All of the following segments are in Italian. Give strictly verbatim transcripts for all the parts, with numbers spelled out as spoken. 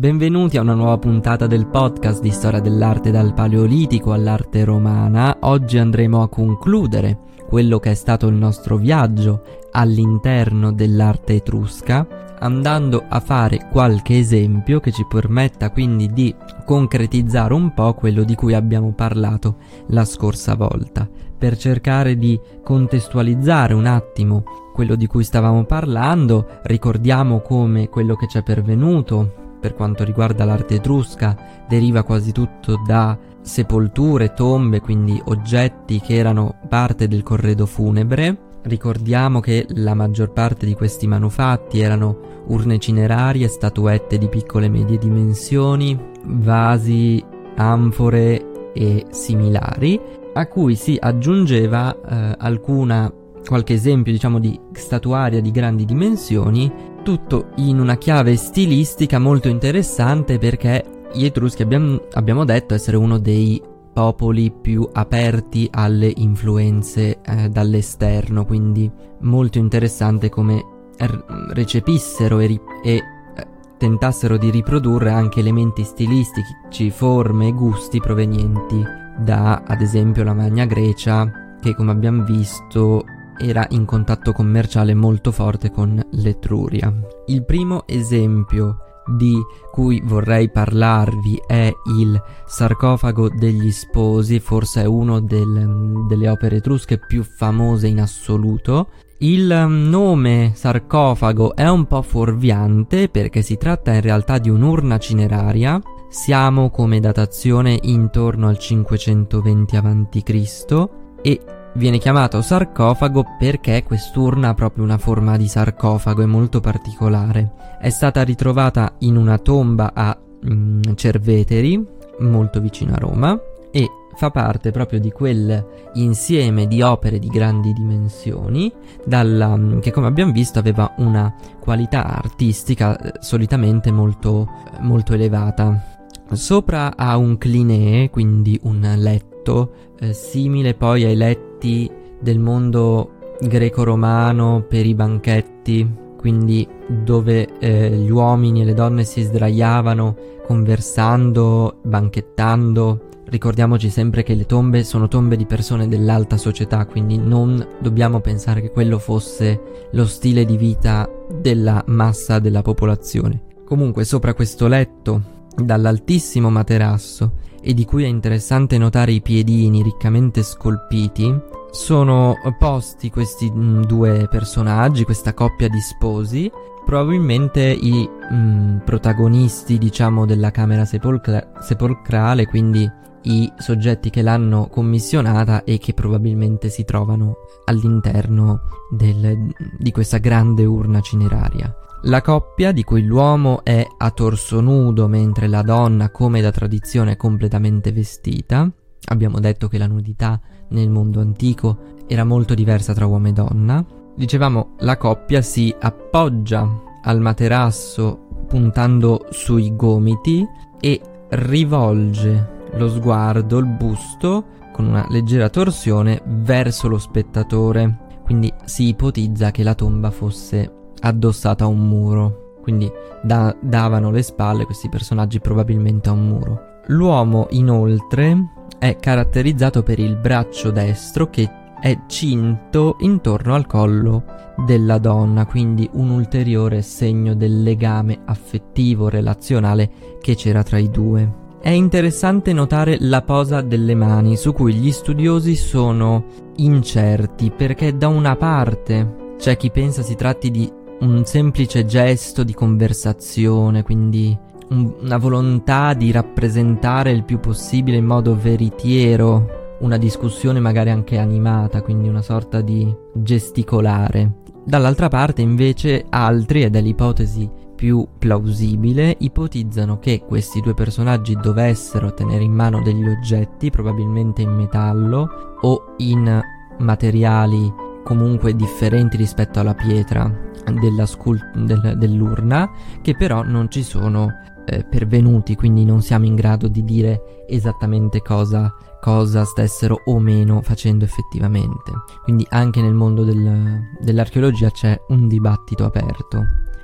Benvenuti a una nuova puntata del podcast di storia dell'arte dal Paleolitico all'arte romana. Oggi andremo a concludere quello che è stato il nostro viaggio all'interno dell'arte etrusca, andando a fare qualche esempio che ci permetta quindi di concretizzare un po' quello di cui abbiamo parlato la scorsa volta, per cercare di contestualizzare un attimo quello di cui stavamo parlando. Ricordiamo come quello che ci è pervenuto per quanto riguarda l'arte etrusca deriva quasi tutto da sepolture, tombe, quindi oggetti che erano parte del corredo funebre. Ricordiamo che la maggior parte di questi manufatti erano urne cinerarie, statuette di piccole e medie dimensioni, vasi, anfore e similari, a cui si aggiungeva eh, alcuna qualche esempio, diciamo, di statuaria di grandi dimensioni, tutto in una chiave stilistica molto interessante, perché gli Etruschi abbiamo, abbiamo detto essere uno dei popoli più aperti alle influenze eh, dall'esterno, quindi molto interessante come r- recepissero e, ri- e eh, tentassero di riprodurre anche elementi stilistici, forme e gusti provenienti da, ad esempio, la Magna Grecia, che come abbiamo visto era in contatto commerciale molto forte con l'Etruria. Il primo esempio di cui vorrei parlarvi è il sarcofago degli sposi, forse è uno del, delle opere etrusche più famose in assoluto. Il nome sarcofago è un po' fuorviante perché si tratta in realtà di un'urna cineraria. Siamo come datazione intorno al cinquecentoventi avanti Cristo e viene chiamato sarcofago perché quest'urna ha proprio una forma di sarcofago, è molto particolare. È stata ritrovata in una tomba a mm, Cerveteri, molto vicino a Roma, e fa parte proprio di quel insieme di opere di grandi dimensioni, dalla, che come abbiamo visto aveva una qualità artistica eh, solitamente molto, molto elevata. Sopra ha un clinee, quindi un letto, eh, simile poi ai letti del mondo greco-romano per i banchetti, quindi dove eh, gli uomini e le donne si sdraiavano conversando, banchettando. Ricordiamoci sempre che le tombe sono tombe di persone dell'alta società, quindi non dobbiamo pensare che quello fosse lo stile di vita della massa della popolazione. Comunque sopra questo letto, dall'altissimo materasso, e di cui è interessante notare i piedini riccamente scolpiti, sono posti questi mh, due personaggi, questa coppia di sposi, probabilmente i mh, protagonisti, diciamo, della camera sepolcra- sepolcrale, quindi i soggetti che l'hanno commissionata e che probabilmente si trovano all'interno del, di questa grande urna cineraria. La coppia, di cui l'uomo è a torso nudo mentre la donna, come da tradizione, è completamente vestita. Abbiamo detto che la nudità nel mondo antico era molto diversa tra uomo e donna. Dicevamo, la coppia si appoggia al materasso puntando sui gomiti e rivolge lo sguardo, il busto, con una leggera torsione verso lo spettatore. Quindi si ipotizza che la tomba fosse addossata a un muro, quindi da- davano le spalle questi personaggi probabilmente a un muro. L'uomo inoltre è caratterizzato per il braccio destro che è cinto intorno al collo della donna, quindi un ulteriore segno del legame affettivo relazionale che c'era tra i due. È interessante notare la posa delle mani, su cui gli studiosi sono incerti, perché da una parte c'è chi pensa si tratti di un semplice gesto di conversazione, quindi un, una volontà di rappresentare il più possibile in modo veritiero una discussione magari anche animata, quindi una sorta di gesticolare. Dall'altra parte invece altri, ed è l'ipotesi più plausibile, ipotizzano che questi due personaggi dovessero tenere in mano degli oggetti, probabilmente in metallo o in materiali comunque differenti rispetto alla pietra della scult- del- dell'urna, che però non ci sono eh, pervenuti, quindi non siamo in grado di dire esattamente cosa, cosa stessero o meno facendo effettivamente. Quindi anche nel mondo del, dell'archeologia c'è un dibattito aperto.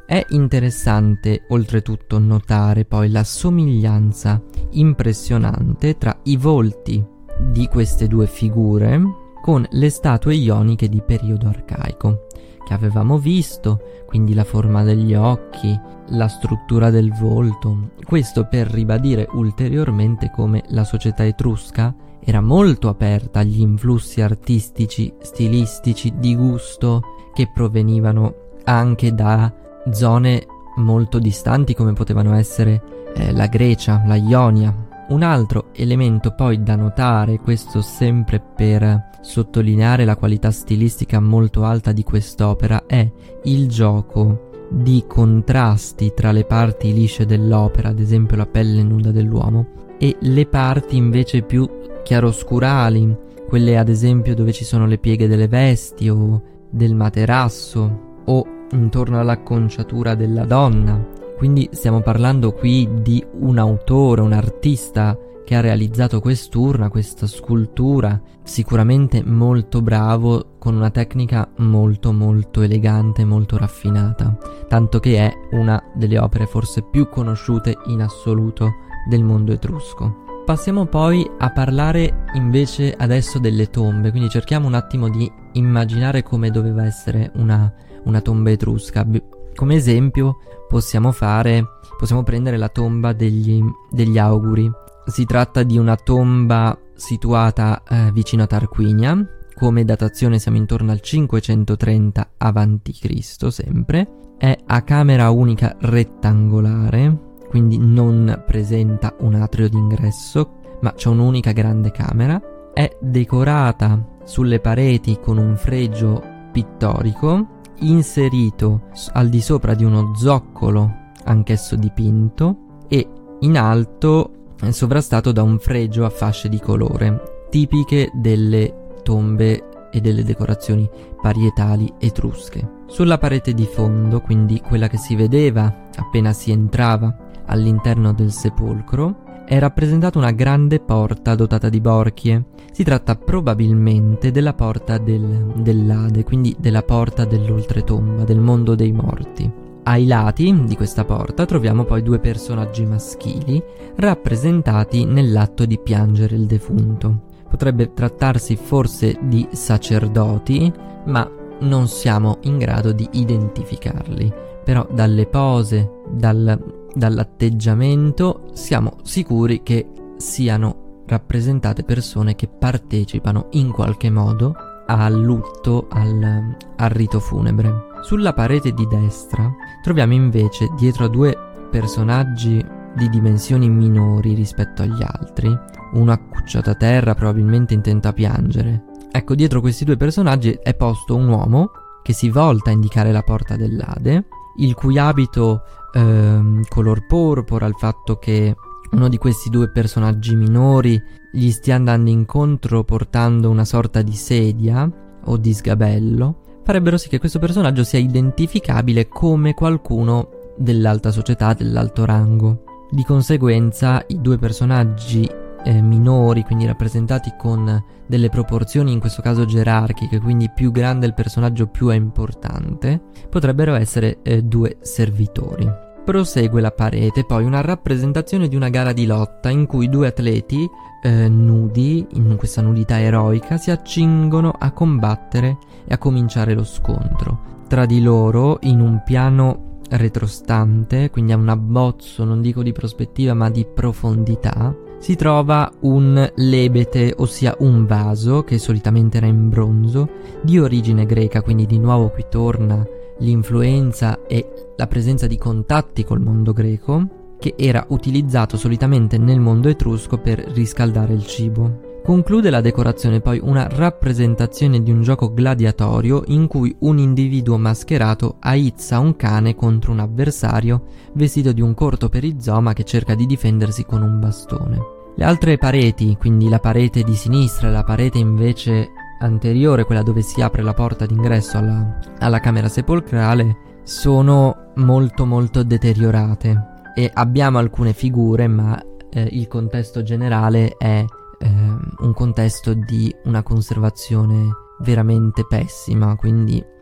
È interessante oltretutto notare poi la somiglianza impressionante tra i volti di queste due figure con le statue ioniche di periodo arcaico che avevamo visto, quindi la forma degli occhi, la struttura del volto. Questo per ribadire ulteriormente come la società etrusca era molto aperta agli influssi artistici, stilistici, di gusto che provenivano anche da zone molto distanti come potevano essere eh, la Grecia, la Ionia. Un altro elemento poi da notare, questo sempre per sottolineare la qualità stilistica molto alta di quest'opera, è il gioco di contrasti tra le parti lisce dell'opera, ad esempio la pelle nuda dell'uomo, e le parti invece più chiaroscurali, quelle ad esempio dove ci sono le pieghe delle vesti o del materasso o intorno all'acconciatura della donna. Quindi stiamo parlando qui di un autore, un artista che ha realizzato quest'urna, questa scultura, sicuramente molto bravo, con una tecnica molto molto elegante, molto raffinata, tanto che è una delle opere forse più conosciute in assoluto del mondo etrusco. Passiamo poi a parlare invece adesso delle tombe, quindi cerchiamo un attimo di immaginare come doveva essere una, una tomba etrusca. Come esempio possiamo fare, possiamo prendere la tomba degli, degli Auguri. Si tratta di una tomba situata eh, vicino a Tarquinia, come datazione siamo intorno al cinquecentotrenta avanti Cristo sempre. È a camera unica rettangolare, quindi non presenta un atrio d'ingresso, ma c'è un'unica grande camera. È decorata sulle pareti con un fregio pittorico, inserito al di sopra di uno zoccolo anch'esso dipinto e in alto è sovrastato da un fregio a fasce di colore, tipiche delle tombe e delle decorazioni parietali etrusche. Sulla parete di fondo, quindi quella che si vedeva appena si entrava all'interno del sepolcro, è rappresentata una grande porta dotata di borchie. Si tratta probabilmente della porta del, dell'Ade, quindi della porta dell'oltretomba, del mondo dei morti. Ai lati di questa porta troviamo poi due personaggi maschili rappresentati nell'atto di piangere il defunto. Potrebbe trattarsi forse di sacerdoti, ma non siamo in grado di identificarli. Però dalle pose, dal dall'atteggiamento siamo sicuri che siano rappresentate persone che partecipano in qualche modo al lutto, al, al rito funebre. Sulla parete di destra troviamo invece, dietro a due personaggi di dimensioni minori rispetto agli altri, uno accucciato a terra probabilmente intento a piangere. Ecco, dietro questi due personaggi è posto un uomo che si volta a indicare la porta dell'Ade, il cui abito ehm, color porpora, il fatto che uno di questi due personaggi minori gli stia andando incontro portando una sorta di sedia o di sgabello, farebbero sì che questo personaggio sia identificabile come qualcuno dell'alta società, dell'alto rango. Di conseguenza i due personaggi eh, minori, quindi rappresentati con delle proporzioni in questo caso gerarchiche, quindi più grande il personaggio più è importante, potrebbero essere eh, due servitori. Prosegue la parete poi una rappresentazione di una gara di lotta in cui due atleti eh, nudi, in questa nudità eroica, si accingono a combattere e a cominciare lo scontro. Tra di loro, in un piano retrostante, quindi a un abbozzo non dico di prospettiva ma di profondità, si trova un lebete, ossia un vaso che solitamente era in bronzo, di origine greca, quindi di nuovo qui torna l'influenza e la presenza di contatti col mondo greco, che era utilizzato solitamente nel mondo etrusco per riscaldare il cibo. Conclude la decorazione poi una rappresentazione di un gioco gladiatorio in cui un individuo mascherato aizza un cane contro un avversario vestito di un corto perizoma che cerca di difendersi con un bastone. Le altre pareti, quindi la parete di sinistra e la parete invece anteriore, quella dove si apre la porta d'ingresso alla, alla camera sepolcrale, sono molto molto deteriorate e abbiamo alcune figure, ma eh, il contesto generale è eh, un contesto di una conservazione veramente pessima, quindi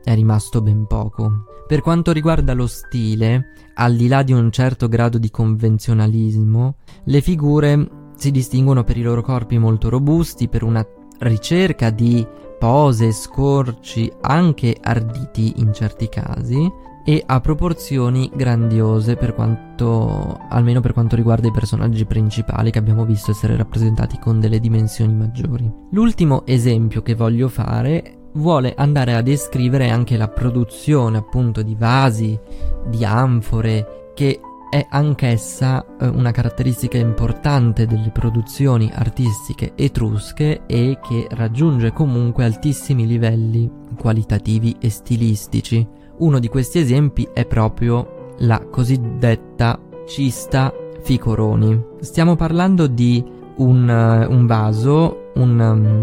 è rimasto ben poco. Per quanto riguarda lo stile, al di là di un certo grado di convenzionalismo, le figure si distinguono per i loro corpi molto robusti, per una ricerca di pose, scorci, anche arditi in certi casi, e a proporzioni grandiose per quanto, almeno per quanto riguarda i personaggi principali, che abbiamo visto essere rappresentati con delle dimensioni maggiori. L'ultimo esempio che voglio fare vuole andare a descrivere anche la produzione appunto di vasi, di anfore, che è anch'essa eh, una caratteristica importante delle produzioni artistiche etrusche e che raggiunge comunque altissimi livelli qualitativi e stilistici. Uno di questi esempi è proprio la cosiddetta cista Ficoroni. Stiamo parlando di un, uh, un vaso, un,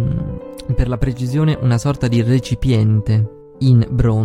um, per la precisione una sorta di recipiente in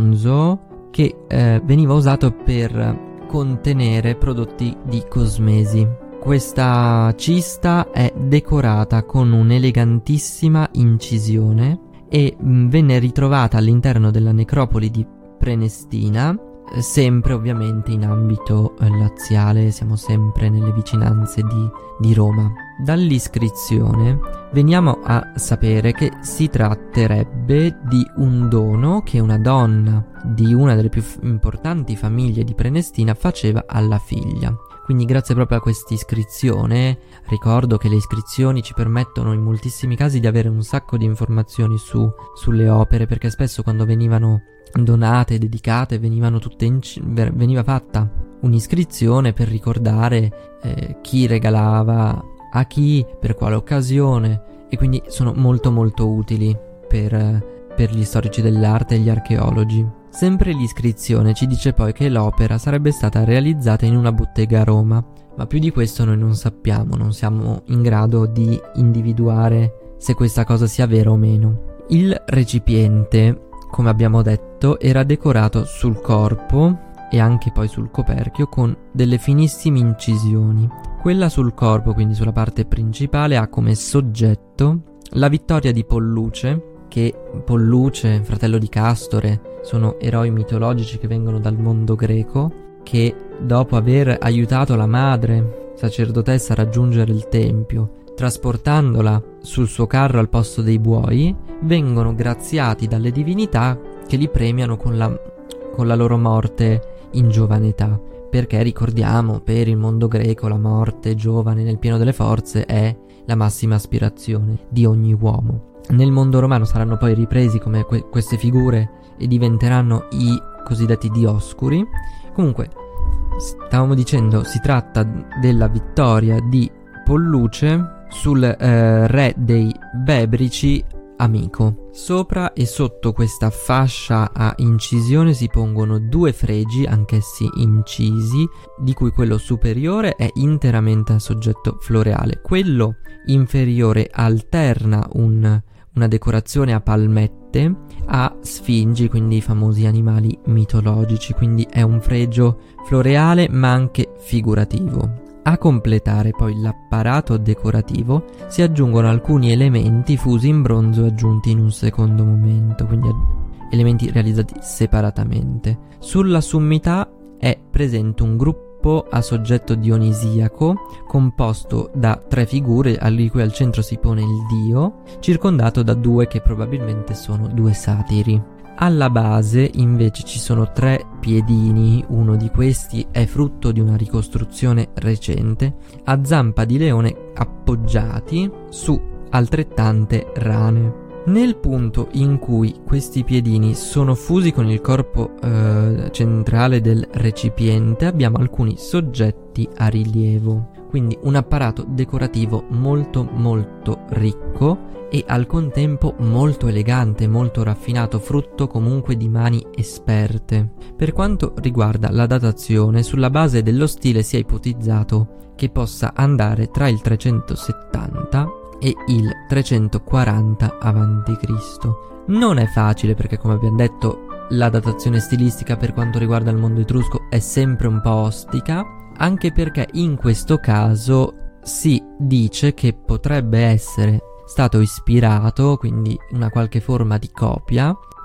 bronzo che eh, veniva usato per contenere prodotti di cosmesi. Questa cista è decorata con un'elegantissima incisione e mh, venne ritrovata all'interno della necropoli di Prenestina, sempre ovviamente in ambito eh, laziale, siamo sempre nelle vicinanze di, di Roma. Dall'iscrizione veniamo a sapere che si tratterebbe di un dono che una donna di una delle più f- importanti famiglie di Prenestina faceva alla figlia. Quindi grazie proprio a questa iscrizione, ricordo che le iscrizioni ci permettono in moltissimi casi di avere un sacco di informazioni su, sulle opere, perché spesso quando venivano donate, dedicate, venivano tutte in, veniva fatta un'iscrizione per ricordare eh, chi regalava a chi, per quale occasione, e quindi sono molto molto utili per, per gli storici dell'arte e gli archeologi. Sempre l'iscrizione ci dice poi che l'opera sarebbe stata realizzata in una bottega a Roma, ma più di questo noi non sappiamo, non siamo in grado di individuare se questa cosa sia vera o meno. Il recipiente, come abbiamo detto, era decorato sul corpo e anche poi sul coperchio con delle finissime incisioni. Quella sul corpo, quindi sulla parte principale, ha come soggetto la vittoria di Polluce, che Polluce, fratello di Castore, sono eroi mitologici che vengono dal mondo greco, che dopo aver aiutato la madre sacerdotessa a raggiungere il tempio, trasportandola sul suo carro al posto dei buoi, vengono graziati dalle divinità che li premiano con la, con la loro morte in giovane età, perché ricordiamo, per il mondo greco la morte giovane nel pieno delle forze è la massima aspirazione di ogni uomo. Nel mondo romano saranno poi ripresi come que- queste figure e diventeranno i cosiddetti Dioscuri. Comunque, stavamo dicendo, si tratta della vittoria di Polluce sul eh, re dei Bebrici, Amico. Sopra e sotto questa fascia a incisione si pongono due fregi, anch'essi incisi, di cui quello superiore è interamente a soggetto floreale. Quello inferiore alterna un, una decorazione a palmette a sfingi, quindi i famosi animali mitologici, quindi è un fregio floreale ma anche figurativo. A completare poi l'apparato decorativo si aggiungono alcuni elementi fusi in bronzo e aggiunti in un secondo momento, quindi elementi realizzati separatamente. Sulla sommità è presente un gruppo a soggetto dionisiaco composto da tre figure, di cui al centro si pone il dio, circondato da due che probabilmente sono due satiri. Alla base invece ci sono tre piedini, uno di questi è frutto di una ricostruzione recente, a zampa di leone appoggiati su altrettante rane. Nel punto in cui questi piedini sono fusi con il corpo eh, centrale del recipiente abbiamo alcuni soggetti a rilievo, quindi un apparato decorativo molto molto ricco e al contempo molto elegante, molto raffinato, frutto comunque di mani esperte. Per quanto riguarda la datazione, sulla base dello stile si è ipotizzato che possa andare tra il trecentosettanta e il trecentoquaranta avanti Cristo. Non è facile perché, come abbiamo detto, la datazione stilistica per quanto riguarda il mondo etrusco è sempre un po' ostica, anche perché in questo caso si dice che potrebbe essere stato ispirato, quindi una qualche forma di copia,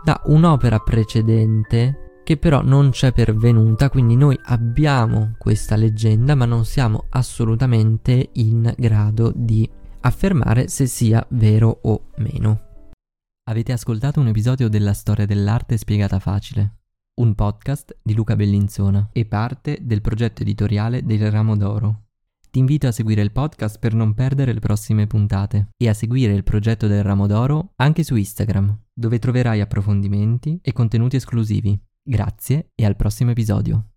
da un'opera precedente che però non c'è pervenuta, quindi noi abbiamo questa leggenda ma non siamo assolutamente in grado di affermare se sia vero o meno. Avete ascoltato un episodio della Storia dell'arte spiegata facile, un podcast di Luca Bellinzona e parte del progetto editoriale del Ramo d'Oro. Ti invito a seguire il podcast per non perdere le prossime puntate e a seguire il progetto del Ramo d'Oro anche su Instagram, dove troverai approfondimenti e contenuti esclusivi. Grazie e al prossimo episodio.